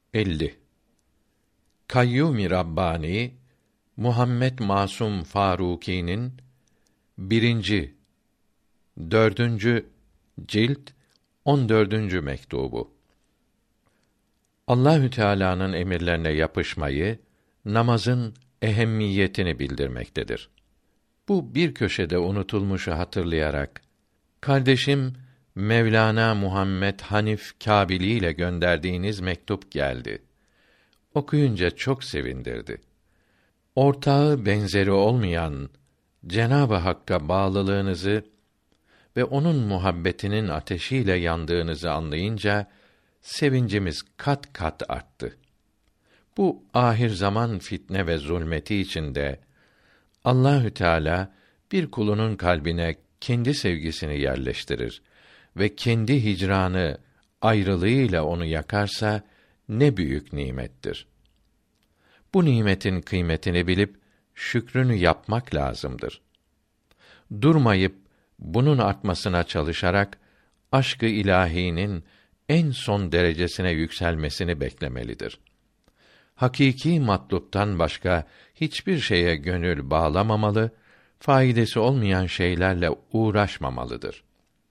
50. Kayyum-i Rabbani Muhammed Masum Faruki'nin 1. 4. cilt 14. mektubu. Allahü Teala'nın emirlerine yapışmayı, namazın ehemmiyetini bildirmektedir. Bu bir köşede unutulmuşu hatırlayarak, kardeşim Mevlana Muhammed Hanif Kâbili ile gönderdiğiniz mektup geldi. Okuyunca çok sevindirdi. Ortağı benzeri olmayan Cenab-ı Hakk'a bağlılığınızı ve onun muhabbetinin ateşiyle yandığınızı anlayınca sevincimiz kat kat arttı. Bu ahir zaman fitne ve zulmeti içinde Allahü Teala bir kulunun kalbine kendi sevgisini yerleştirir ve kendi hicranı, ayrılığıyla onu yakarsa ne büyük nimettir. Bu nimetin kıymetini bilip şükrünü yapmak lazımdır. Durmayıp bunun artmasına çalışarak aşk-ı ilâhînin en son derecesine yükselmesini beklemelidir. Hakiki matluptan başka hiçbir şeye gönül bağlamamalı, faydası olmayan şeylerle uğraşmamalıdır.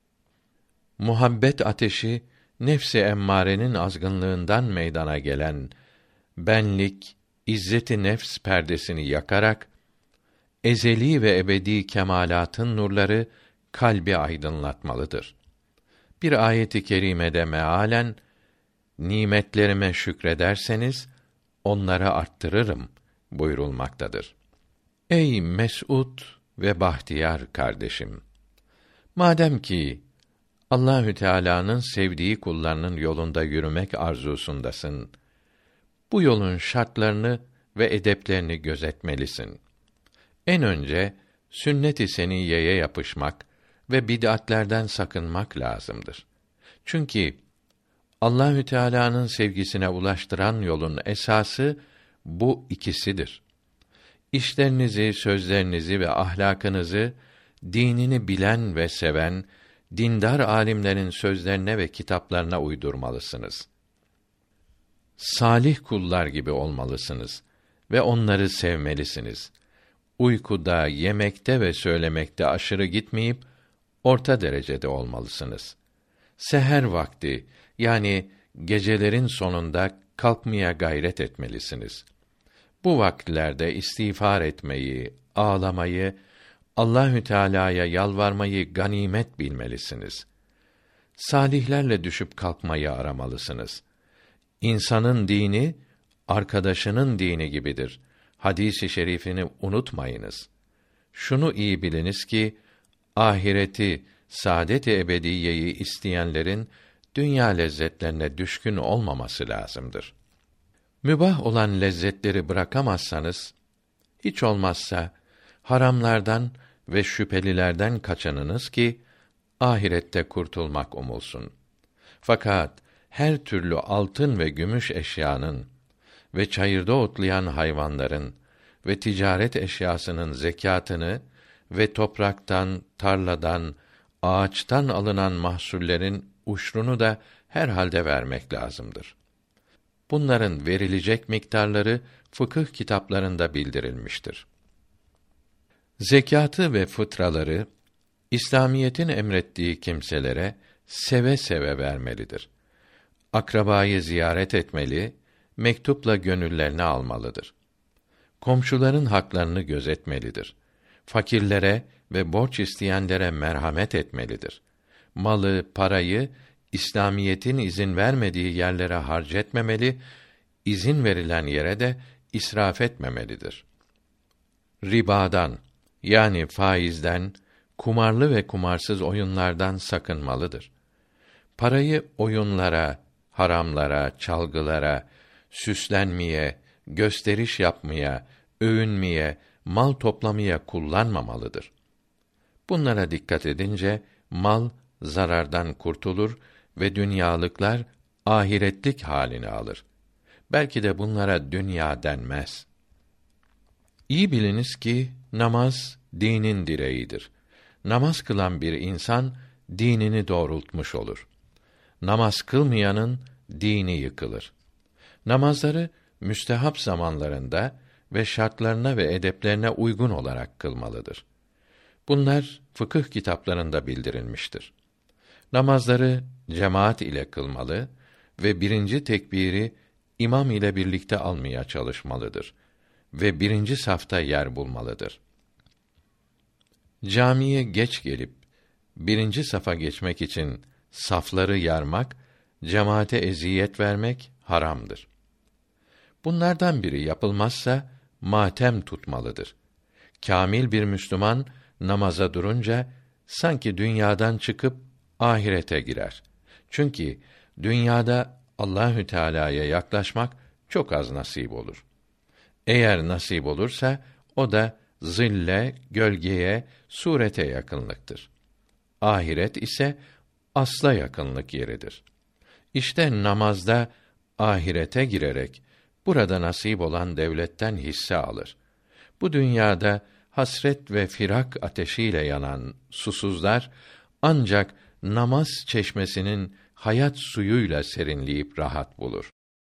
Muhabbet ateşi, nefs-i emmârenin azgınlığından meydana gelen benlik, izzet-i nefs perdesini yakarak, ezeli ve ebedi kemâlatın nurları kalbi aydınlatmalıdır. Bir ayet-i kerimede mealen, nimetlerime şükrederseniz, onları arttırırım buyurulmaktadır. Ey mes'ud ve bahtiyar kardeşim! Madem ki Allahü Teala'nın sevdiği kullarının yolunda yürümek arzusundasın, bu yolun şartlarını ve edeplerini gözetmelisin. En önce sünnet-i seniyyeye yapışmak ve bid'atlerden sakınmak lazımdır. Çünkü Allahü Teala'nın sevgisine ulaştıran yolun esası bu ikisidir. İşlerinizi, sözlerinizi ve ahlakınızı dinini bilen ve seven dindar âlimlerin sözlerine ve kitaplarına uydurmalısınız. Salih kullar gibi olmalısınız ve onları sevmelisiniz. Uykuda, yemekte ve söylemekte aşırı gitmeyip orta derecede olmalısınız. Seher vakti, yani gecelerin sonunda kalkmaya gayret etmelisiniz. Bu vakitlerde istiğfar etmeyi, ağlamayı, Allahü Teala'ya yalvarmayı ganimet bilmelisiniz. Salihlerle düşüp kalkmayı aramalısınız. İnsanın dini arkadaşının dini gibidir. Hadis-i şerifini unutmayınız. Şunu iyi biliniz ki ahireti, saadet-i ebediyeyi isteyenlerin dünya lezzetlerine düşkün olmaması lazımdır. Mübah olan lezzetleri bırakamazsanız, hiç olmazsa haramlardan ve şüphelilerden kaçınınız ki ahirette kurtulmak umulsun. Fakat her türlü altın ve gümüş eşyanın ve çayırda otlayan hayvanların ve ticaret eşyasının zekâtını ve topraktan, tarladan, ağaçtan alınan mahsullerin uşrunu da herhalde vermek lazımdır. Bunların verilecek miktarları fıkıh kitaplarında bildirilmiştir. Zekâtı ve fıtraları İslamiyetin emrettiği kimselere seve seve vermelidir. Akrabayı ziyaret etmeli, mektupla gönüllerini almalıdır. Komşuların haklarını gözetmelidir. Fakirlere ve borç isteyenlere merhamet etmelidir. Malı, parayı İslamiyetin izin vermediği yerlere harcetmemeli, izin verilen yere de israf etmemelidir. Ribadan, yani faizden, kumarlı ve kumarsız oyunlardan sakınmalıdır. Parayı oyunlara, haramlara, çalgılara, süslenmeye, gösteriş yapmaya, övünmeye, mal toplamaya kullanmamalıdır. Bunlara dikkat edince mal zarardan kurtulur ve dünyalıklar ahiretlik halini alır. Belki de bunlara dünya denmez. İyi biliniz ki namaz dinin direğidir. Namaz kılan bir insan dinini doğrultmuş olur. Namaz kılmayanın dini yıkılır. Namazları müstehap zamanlarında ve şartlarına ve edeplerine uygun olarak kılmalıdır. Bunlar fıkıh kitaplarında bildirilmiştir. Namazları cemaat ile kılmalı ve birinci tekbiri imam ile birlikte almaya çalışmalıdır ve birinci safta yer bulmalıdır. Camiye geç gelip birinci safa geçmek için safları yarmak, cemaate eziyet vermek haramdır. Bunlardan biri yapılmazsa matem tutmalıdır. Kâmil bir Müslüman namaza durunca sanki dünyadan çıkıp ahirete girer. Çünkü dünyada Allahü Teala'ya yaklaşmak çok az nasip olur. Eğer nasip olursa o da zille, gölgeye, surete yakınlıktır. Ahiret ise asla yakınlık yeridir. İşte namazda ahirete girerek burada nasip olan devletten hisse alır. Bu dünyada hasret ve firak ateşiyle yanan susuzlar ancak namaz çeşmesinin hayat suyuyla serinleyip rahat bulur.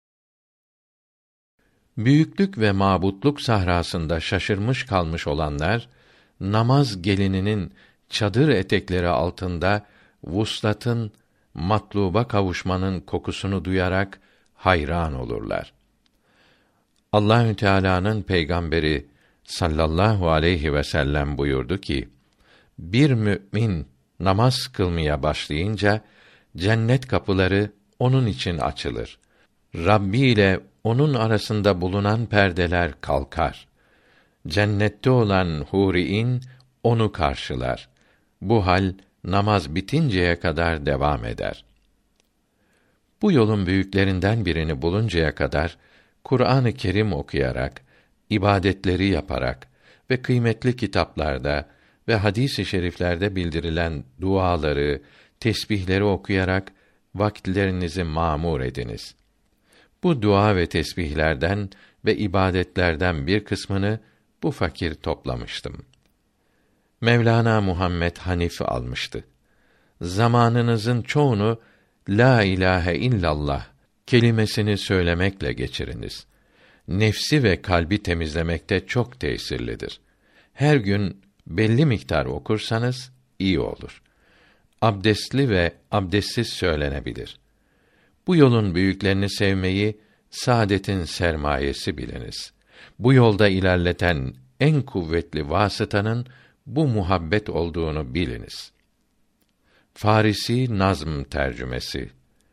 Büyüklük ve mabutluk sahrasında şaşırmış kalmış olanlar, namaz gelininin çadır etekleri altında vuslatın, matluba kavuşmanın kokusunu duyarak hayran olurlar. Allahü Teala'nın peygamberi sallallahu aleyhi ve sellem buyurdu ki: bir mümin namaz kılmaya başlayınca cennet kapıları onun için açılır. Rabbi ile onun arasında bulunan perdeler kalkar. Cennette olan huriin onu karşılar. Bu hal namaz bitinceye kadar devam eder. Bu yolun büyüklerinden birini buluncaya kadar Kur'an-ı Kerim okuyarak, ibadetleri yaparak ve kıymetli kitaplarda ve hadis-i şeriflerde bildirilen duaları, tesbihleri okuyarak vakitlerinizi mamur ediniz. Bu dua ve tesbihlerden ve ibadetlerden bir kısmını bu fakir toplamıştım. Mevlana Muhammed Hanif almıştı. Zamanınızın çoğunu la ilahe illallah kelimesini söylemekle geçiriniz. Nefsi ve kalbi temizlemekte çok tesirlidir. Her gün belli miktar okursanız iyi olur. Abdestli ve abdestsiz söylenebilir. Bu yolun büyüklerini sevmeyi saadetin sermayesi biliniz. Bu yolda ilerleten en kuvvetli vasıtanın bu muhabbet olduğunu biliniz. Farisi Nazm tercümesi.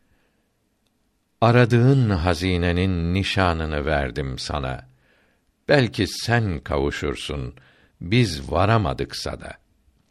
Aradığın hazinenin nişanını verdim sana. Belki sen kavuşursun, biz varamadıksa da.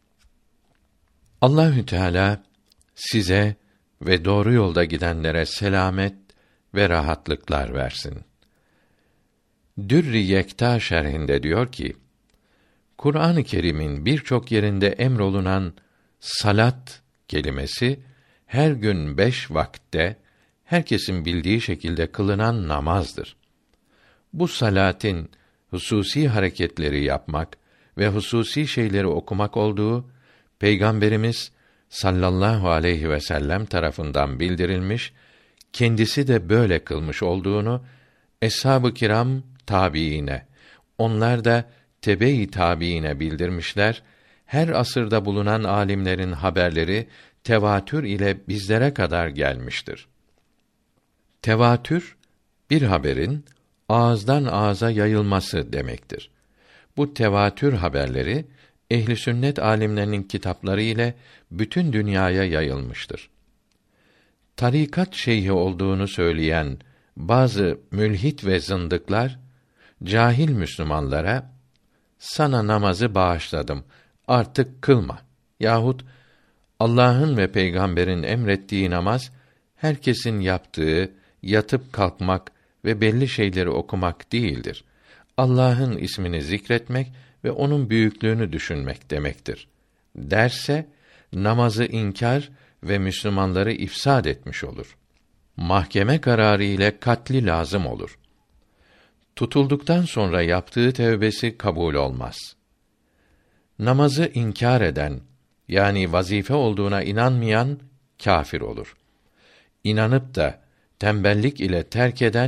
Allahü Teala size ve doğru yolda gidenlere selamet ve rahatlıklar versin. Dürr-i Yekta şerhinde diyor ki: Kur'an-ı Kerim'in birçok yerinde emrolunan salat kelimesi her gün 5 vakitte herkesin bildiği şekilde kılınan namazdır. Bu salatin hususi hareketleri yapmak ve hususi şeyleri okumak olduğu Peygamberimiz sallallahu aleyhi ve sellem tarafından bildirilmiş, kendisi de böyle kılmış olduğunu eshab-ı kiram tabiine, onlar da tebe-i tabiine bildirmişler. Her asırda bulunan alimlerin haberleri tevatür ile bizlere kadar gelmiştir. Tevatür, bir haberin ağızdan ağza yayılması demektir. Bu tevatür haberleri ehli sünnet alimlerinin kitapları ile bütün dünyaya yayılmıştır. Tarikat şeyhi olduğunu söyleyen bazı mülhit ve zındıklar cahil Müslümanlara sana namazı bağışladım, artık kılma yahut Allah'ın ve peygamberin emrettiği namaz herkesin yaptığı yatıp kalkmak ve belli şeyleri okumak değildir. Allah'ın ismini zikretmek ve onun büyüklüğünü düşünmek demektir derse, namazı inkar ve Müslümanları ifsad etmiş olur. Mahkeme kararı ile katli lazım olur. Tutulduktan sonra yaptığı tevbesi kabul olmaz. Namazı inkar eden, yani vazife olduğuna inanmayan kâfir olur. İnanıp da tembellik ile terk eden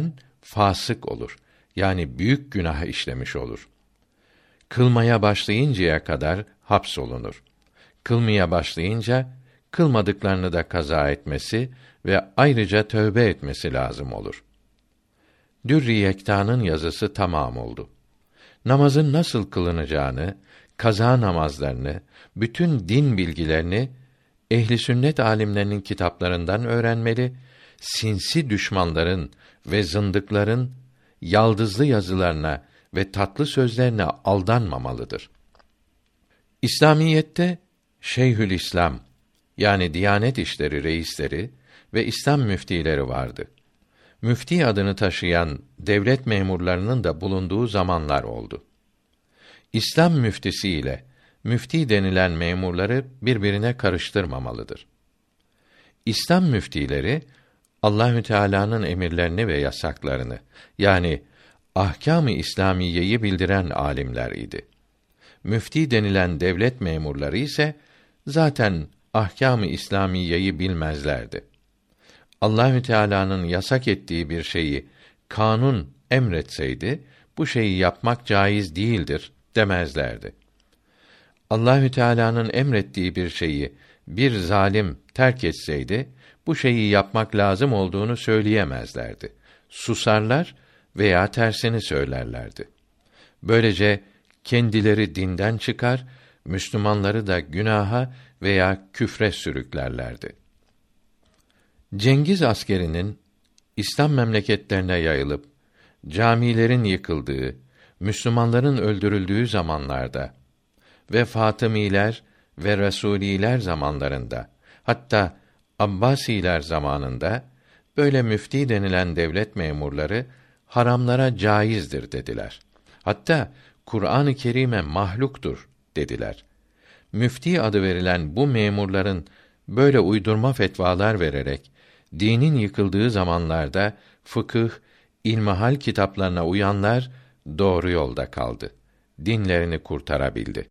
fasık olur. Yani büyük günah işlemiş olur. Kılmaya başlayıncaya kadar hapsolunur. Kılmaya başlayınca kılmadıklarını da kaza etmesi ve ayrıca tövbe etmesi lazım olur. Dürr-i Yekta'nın yazısı tamam oldu. Namazın nasıl kılınacağını, kaza namazlarını, bütün din bilgilerini ehli sünnet alimlerinin kitaplarından öğrenmeli, sinsi düşmanların ve zındıkların yaldızlı yazılarına ve tatlı sözlerine aldanmamalıdır. İslamiyette Şeyhülislam yani Diyanet İşleri reisleri ve İslam müftileri vardı. Müfti adını taşıyan devlet memurlarının da bulunduğu zamanlar oldu. İslam müftisi ile müfti denilen memurları birbirine karıştırmamalıdır. İslam müftileri Allahü Teala'nın emirlerini ve yasaklarını yani ahkâm-ı İslamiyeyi bildiren alimler idi. Müfti denilen devlet memurları ise zaten ahkâm-ı İslamiyeyi bilmezlerdi. Allahü Teala'nın yasak ettiği bir şeyi kanun emretseydi bu şeyi yapmak caiz değildir demezlerdi. Allahü Teala'nın emrettiği bir şeyi bir zalim terk etseydi bu şeyi yapmak lazım olduğunu söyleyemezlerdi. Susarlar veya tersini söylerlerdi. Böylece kendileri dinden çıkar, Müslümanları da günaha veya küfre sürüklerlerdi. Cengiz askerinin İslam memleketlerine yayılıp camilerin yıkıldığı, Müslümanların öldürüldüğü zamanlarda ve Fatımiler ve Resûliler zamanlarında, hatta Abbasiler zamanında böyle müfti denilen devlet memurları haramlara caizdir dediler. Hatta Kur'an-ı Kerim'e mahluktur dediler. Müfti adı verilen bu memurların böyle uydurma fetvalar vererek dinin yıkıldığı zamanlarda fıkıh, ilmihal kitaplarına uyanlar doğru yolda kaldı. Dinlerini kurtarabildi.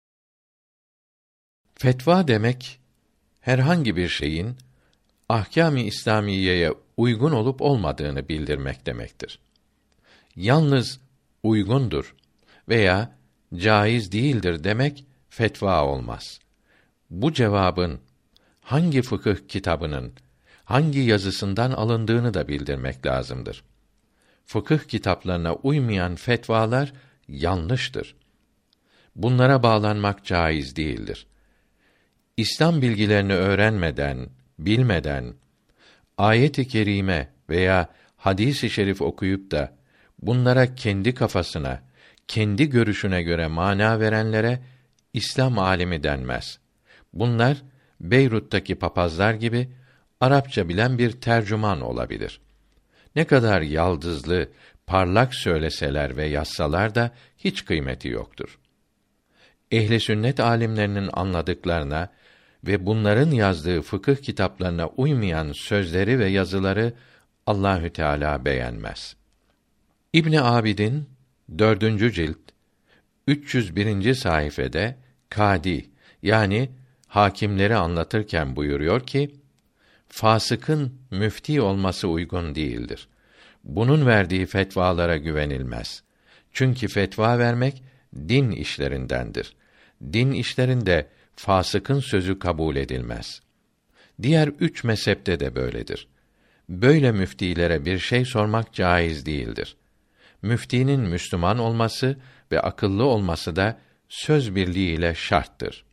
Fetva demek herhangi bir şeyin ahkâm-ı İslamiyeye uygun olup olmadığını bildirmek demektir. Yalnız uygundur veya caiz değildir demek fetva olmaz. Bu cevabın hangi fıkıh kitabının hangi yazısından alındığını da bildirmek lazımdır. Fıkıh kitaplarına uymayan fetvalar yanlıştır. Bunlara bağlanmak caiz değildir. İslam bilgilerini öğrenmeden, bilmeden, ayet-i kerime veya hadis-i şerif okuyup da bunlara kendi kafasına, kendi görüşüne göre mana verenlere İslam alimi denmez. Bunlar Beyrut'taki papazlar gibi Arapça bilen bir tercüman olabilir. Ne kadar yaldızlı, parlak söyleseler ve yazsalar da hiç kıymeti yoktur. Ehl-i sünnet alimlerinin anladıklarına ve bunların yazdığı fıkıh kitaplarına uymayan sözleri ve yazıları Allahü Teala beğenmez. İbn Abidin 4. cilt 301. sayfede kadi yani hakimleri anlatırken buyuruyor ki fasıkın müfti olması uygun değildir. Bunun verdiği fetvalara güvenilmez. Çünkü fetva vermek din işlerindendir. Din işlerinde fasıkın sözü kabul edilmez. Diğer 3 mezhepte de böyledir. Böyle müftilere bir şey sormak caiz değildir. Müftinin Müslüman olması ve akıllı olması da söz birliğiyle şarttır.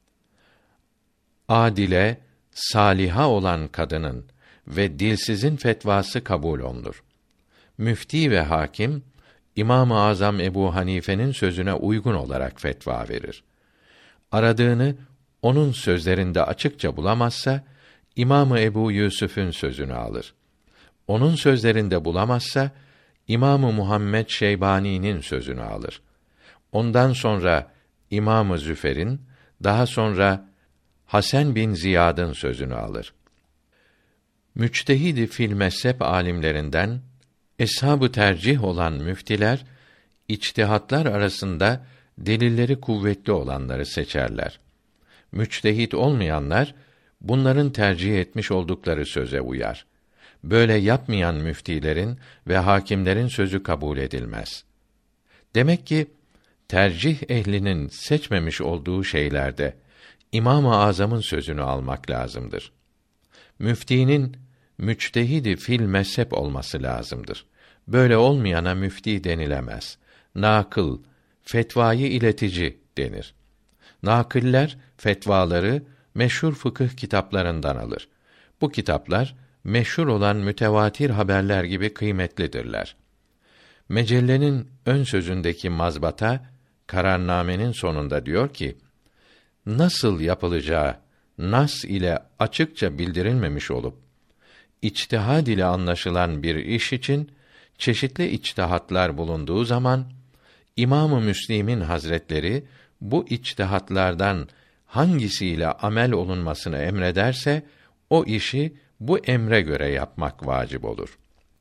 Adile, saliha olan kadının ve dilsizin fetvası kabul olunur. Müfti ve hakim İmam-ı Azam Ebu Hanife'nin sözüne uygun olarak fetva verir. Aradığını onun sözlerinde açıkça bulamazsa İmam-ı Ebu Yusuf'un sözünü alır. Onun sözlerinde bulamazsa İmam-ı Muhammed Şeybani'nin sözünü alır. Ondan sonra İmam-ı Züfer'in, daha sonra Hasan bin Ziyad'ın sözünü alır. Müçtehid-i fil mezhep alimlerinden eshab-ı tercih olan müftiler içtihatlar arasında delilleri kuvvetli olanları seçerler. Müçtehid olmayanlar bunların tercih etmiş oldukları söze uyar. böyle yapmayan müftilerin ve hakimlerin sözü kabul edilmez. Demek ki tercih ehlinin seçmemiş olduğu şeylerde İmam-ı Azam'ın sözünü almak lazımdır. Müftinin müçtehidi fil mezhep olması lazımdır. Böyle olmayana müfti denilemez. Nakıl, fetvayı iletici denir. Nakiller fetvaları meşhur fıkıh kitaplarından alır. Bu kitaplar meşhur olan mütevatir haberler gibi kıymetlidirler. Mecellenin ön sözündeki mazbata, kararnamenin sonunda diyor ki, nasıl yapılacağı nas ile açıkça bildirilmemiş olup, içtihad ile anlaşılan bir iş için çeşitli içtihatlar bulunduğu zaman, İmam-ı Müslim'in hazretleri bu içtihatlardan hangisiyle amel olunmasını emrederse, o işi bu emre göre yapmak vacip olur.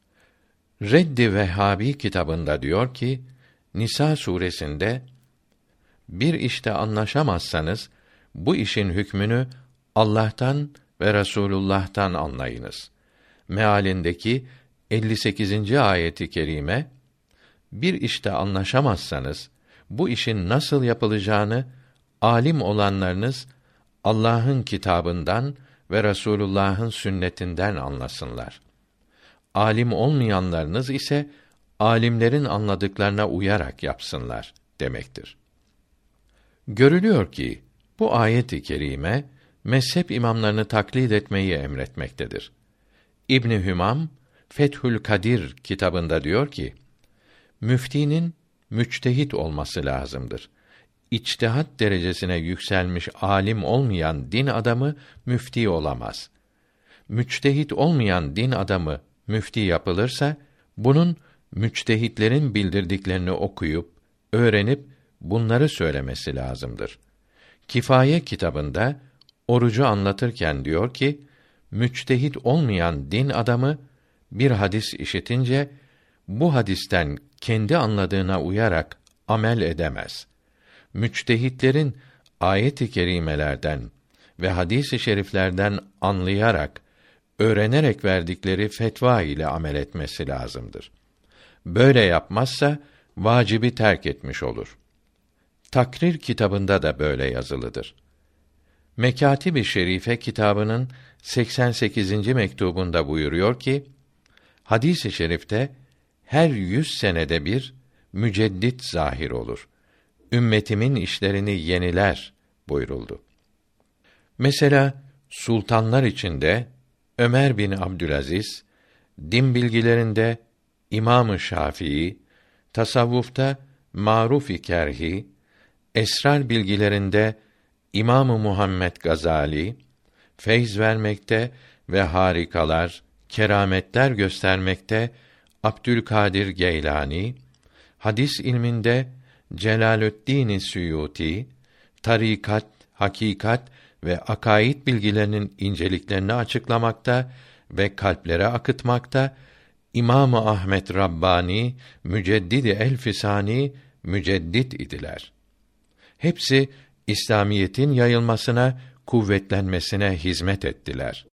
Reddi Vehhabi kitabında diyor ki, Nisa suresinde, bir işte anlaşamazsanız, bu işin hükmünü Allah'tan ve Resulullah'tan anlayınız. Mealindeki 58. ayeti kerime, bir işte anlaşamazsanız, bu işin nasıl yapılacağını, alim olanlarınız, Allah'ın kitabından ve Resulullah'ın sünnetinden anlasınlar. Alim olmayanlarınız ise, alimlerin anladıklarına uyarak yapsınlar demektir. Görülüyor ki, bu ayet-i kerime, mezhep imamlarını taklit etmeyi emretmektedir. İbn Hümam, Fethül Kadir kitabında diyor ki, müftinin müçtehit olması lazımdır. İçtihat derecesine yükselmiş alim olmayan din adamı müfti olamaz. Müçtehit olmayan din adamı müfti yapılırsa, bunun müçtehitlerin bildirdiklerini okuyup, öğrenip, bunları söylemesi lazımdır. Kifaye kitabında, orucu anlatırken diyor ki, müçtehit olmayan din adamı, bir hadis işitince, bu hadisten kendi anladığına uyarak amel edemez. Müçtehitlerin ayet-i kerimelerden ve hadis-i şeriflerden anlayarak, öğrenerek verdikleri fetva ile amel etmesi lazımdır. Böyle yapmazsa, vacibi terk etmiş olur. Takrir kitabında da böyle yazılıdır. Mekâtib-i Şerife kitabının 88. mektubunda buyuruyor ki, hadis-i şerifte her 100 senede bir müceddit zahir olur. Ümmetimin işlerini yeniler buyuruldu. Mesela sultanlar içinde Ömer bin Abdülaziz, din bilgilerinde İmam-ı Şafii, tasavvufta Maruf-i Kerhi, esrar bilgilerinde İmam-ı Muhammed Gazali, feyz vermekte ve harikalar, kerametler göstermekte Abdülkadir Geylani, hadis ilminde Celalüddin Suyuti, tarikat, hakikat ve akaid bilgilerinin inceliklerini açıklamakta ve kalplere akıtmakta İmam-ı Ahmed Rabbani, Müceddid-i Elfisani, müceddit idiler. Hepsi İslamiyetin yayılmasına, kuvvetlenmesine hizmet ettiler.